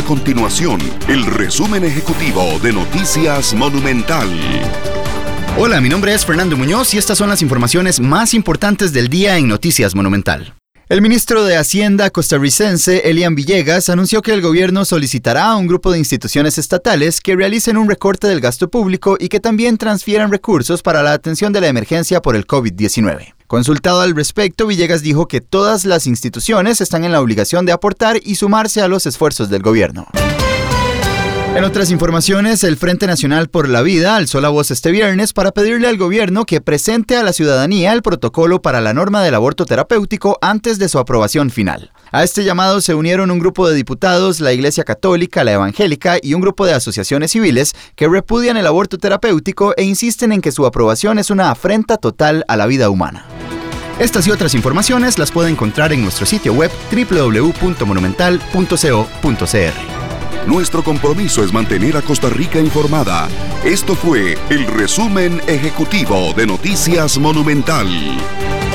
continuación el resumen ejecutivo de Noticias Monumental. Hola, mi nombre es Fernando Muñoz y estas son las informaciones más importantes del día en Noticias Monumental. El ministro de Hacienda costarricense, Elian Villegas, anunció que el gobierno solicitará a un grupo de instituciones estatales que realicen un recorte del gasto público y que también transfieran recursos para la atención de la emergencia por el COVID-19. Consultado al respecto, Villegas dijo que todas las instituciones están en la obligación de aportar y sumarse a los esfuerzos del gobierno. En otras informaciones, el Frente Nacional por la Vida alzó la voz este viernes para pedirle al gobierno que presente a la ciudadanía el protocolo para la norma del aborto terapéutico antes de su aprobación final. A este llamado se unieron un grupo de diputados, la Iglesia Católica, la Evangélica y un grupo de asociaciones civiles que repudian el aborto terapéutico e insisten en que su aprobación es una afrenta total a la vida humana. Estas y otras informaciones las puede encontrar en nuestro sitio web www.monumental.co.cr. Nuestro compromiso es mantener a Costa Rica informada. Esto fue el resumen ejecutivo de Noticias Monumental.